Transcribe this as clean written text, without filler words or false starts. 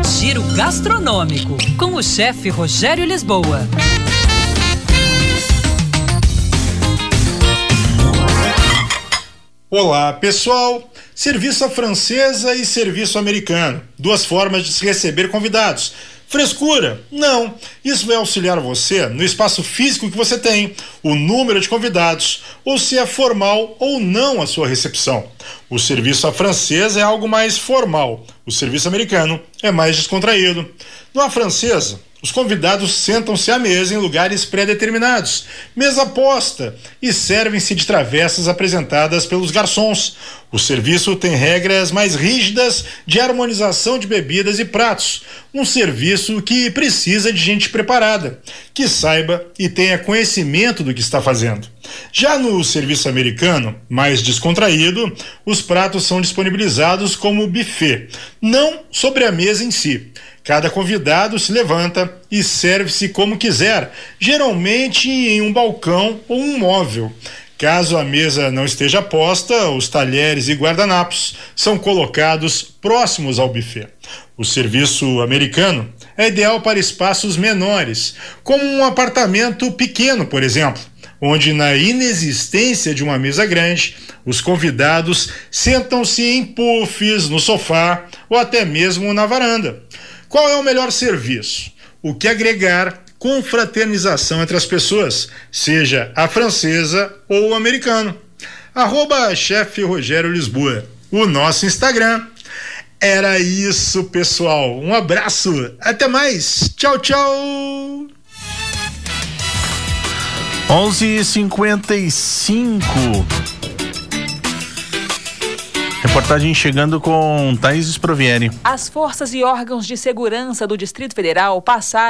Giro Gastronômico, com o chefe Rogério Lisboa. Olá, pessoal! Serviço à francesa e serviço americano. Duas formas de se receber convidados. Frescura? Não. Isso vai auxiliar você no espaço físico que você tem, o número de convidados, ou se é formal ou não a sua recepção. O serviço à francesa é algo mais formal. O serviço americano é mais descontraído. No à francesa, os convidados sentam-se à mesa em lugares pré-determinados, mesa posta, e servem-se de travessas apresentadas pelos garçons. O serviço tem regras mais rígidas de harmonização de bebidas e pratos. Um serviço que precisa de gente preparada, que saiba e tenha conhecimento do que está fazendo. Já no serviço americano, mais descontraído, os pratos são disponibilizados como buffet, não sobre a mesa em si. Cada convidado se levanta e serve-se como quiser, geralmente em um balcão ou um móvel. Caso a mesa não esteja posta, os talheres e guardanapos são colocados próximos ao buffet. O serviço americano é ideal para espaços menores, como um apartamento pequeno, por exemplo, onde, na inexistência de uma mesa grande, os convidados sentam-se em puffs, no sofá ou até mesmo na varanda. Qual é o melhor serviço? O que agregar confraternização entre as pessoas, seja a francesa ou o americano. @chefe Rogério Lisboa, o nosso Instagram. Era isso, pessoal. Um abraço. Até mais. Tchau, tchau. 11h55. Reportagem chegando com Thaís Sprovieri. As forças e órgãos de segurança do Distrito Federal passaram